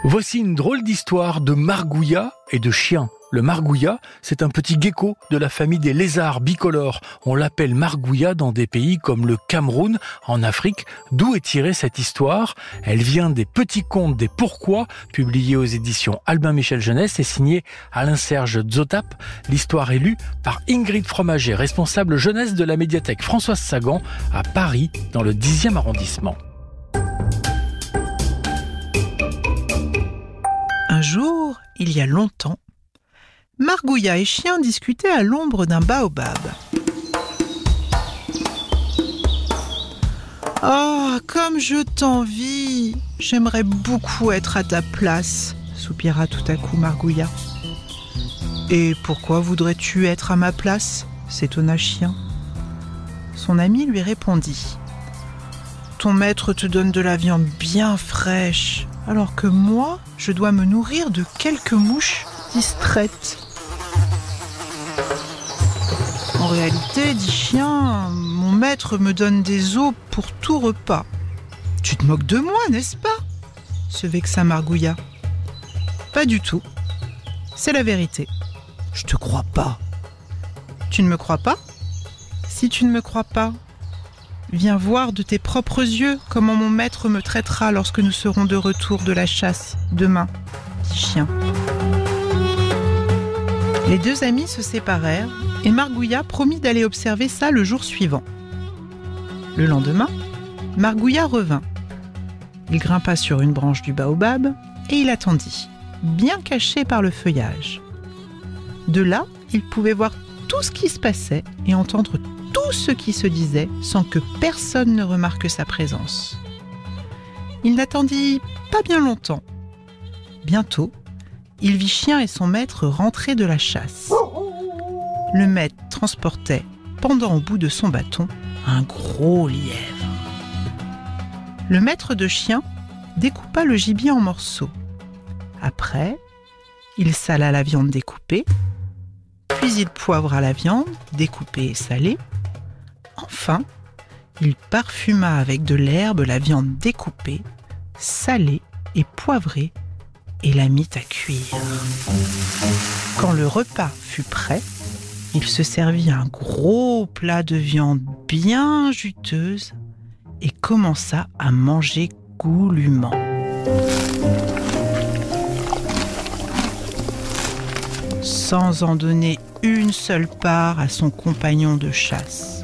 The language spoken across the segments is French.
Voici une drôle d'histoire de margouillat et de chien. Le margouillat, c'est un petit gecko de la famille des lézards bicolores. On l'appelle margouillat dans des pays comme le Cameroun, en Afrique. D'où est tirée cette histoire? Elle vient des petits contes des pourquoi, publiés aux éditions Albin Michel Jeunesse et signée Alain-Serge Zotap. L'histoire est lue par Ingrid Fromager, responsable jeunesse de la médiathèque Françoise Sagan à Paris, dans le 10e arrondissement. Un jour, il y a longtemps, margouillat et chien discutaient à l'ombre d'un baobab. « Oh, comme je t'envie! J'aimerais beaucoup être à ta place !» soupira tout à coup margouillat. « Et pourquoi voudrais-tu être à ma place ?» s'étonna chien. Son ami lui répondit. « Ton maître te donne de la viande bien fraîche, alors que moi, je dois me nourrir de quelques mouches distraites. » En réalité, dit chien, mon maître me donne des os pour tout repas. Tu te moques de moi, n'est-ce pas ? Se vexa margouillat. Pas du tout. C'est la vérité. Je te crois pas. Tu ne me crois pas ? Si tu ne me crois pas, viens voir de tes propres yeux comment mon maître me traitera lorsque nous serons de retour de la chasse, demain, dit chien. Les deux amis se séparèrent et margouillat promit d'aller observer ça le jour suivant. Le lendemain, margouillat revint. Il grimpa sur une branche du baobab et il attendit, bien caché par le feuillage. De là, il pouvait voir tout ce qui se passait et entendre tout ce qui se disait sans que personne ne remarque sa présence. Il n'attendit pas bien longtemps. Bientôt, il vit chien et son maître rentrer de la chasse. Le maître transportait, pendant au bout de son bâton, un gros lièvre. Le maître de chien découpa le gibier en morceaux. Après, il sala la viande découpée, puis il poivra la viande découpée et salée. Enfin, il parfuma avec de l'herbe la viande découpée, salée et poivrée et la mit à cuire. Quand le repas fut prêt, il se servit un gros plat de viande bien juteuse et commença à manger goulûment. Sans en donner une seule part à son compagnon de chasse.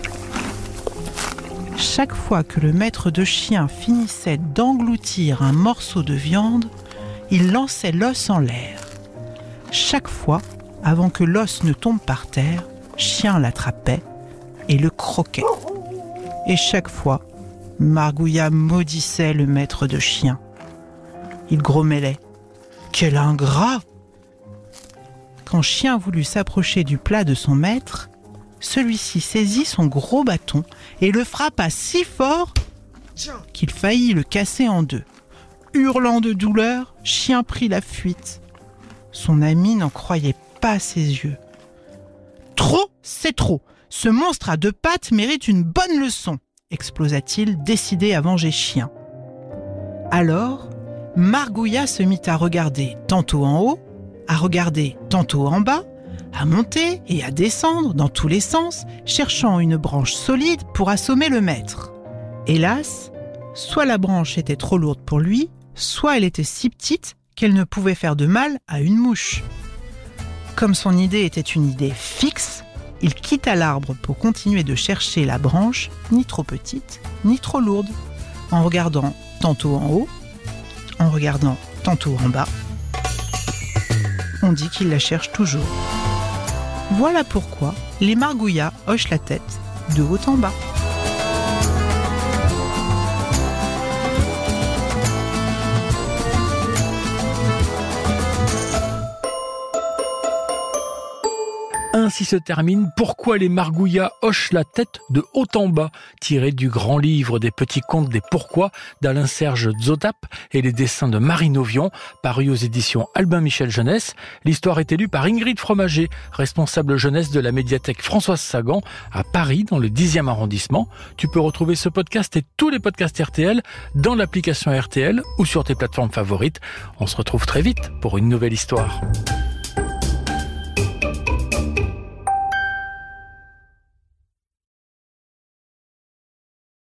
Chaque fois que le maître de chien finissait d'engloutir un morceau de viande, il lançait l'os en l'air. Chaque fois, avant que l'os ne tombe par terre, chien l'attrapait et le croquait. Et chaque fois, margouillat maudissait le maître de chien. Il grommellait « Quel ingrat !» Quand chien voulut s'approcher du plat de son maître, celui-ci saisit son gros bâton et le frappa si fort qu'il faillit le casser en deux. Hurlant de douleur, chien prit la fuite. Son ami n'en croyait pas ses yeux. « Trop, c'est trop. Ce monstre à deux pattes mérite une bonne leçon !» explosa-t-il, décidé à venger chien. Alors, margouillat se mit à regarder tantôt en haut, à regarder tantôt en bas, à monter et à descendre dans tous les sens, cherchant une branche solide pour assommer le maître. Hélas, soit la branche était trop lourde pour lui, soit elle était si petite qu'elle ne pouvait faire de mal à une mouche. Comme son idée était une idée fixe, il quitta l'arbre pour continuer de chercher la branche, ni trop petite, ni trop lourde, en regardant tantôt en haut, en regardant tantôt en bas. On dit qu'il la cherche toujours. Voilà pourquoi les margouillats hochent la tête de haut en bas. Ainsi ainsi se termine « Pourquoi les margouillas hochent la tête de haut en bas » tiré du grand livre des petits contes des Pourquoi d'Alain-Serge Zotap et les dessins de Marie Novion, paru aux éditions Albin Michel Jeunesse. L'histoire est élue par Ingrid Fromager, responsable jeunesse de la médiathèque Françoise Sagan à Paris, dans le 10e arrondissement. Tu peux retrouver ce podcast et tous les podcasts RTL dans l'application RTL ou sur tes plateformes favorites. On se retrouve très vite pour une nouvelle histoire.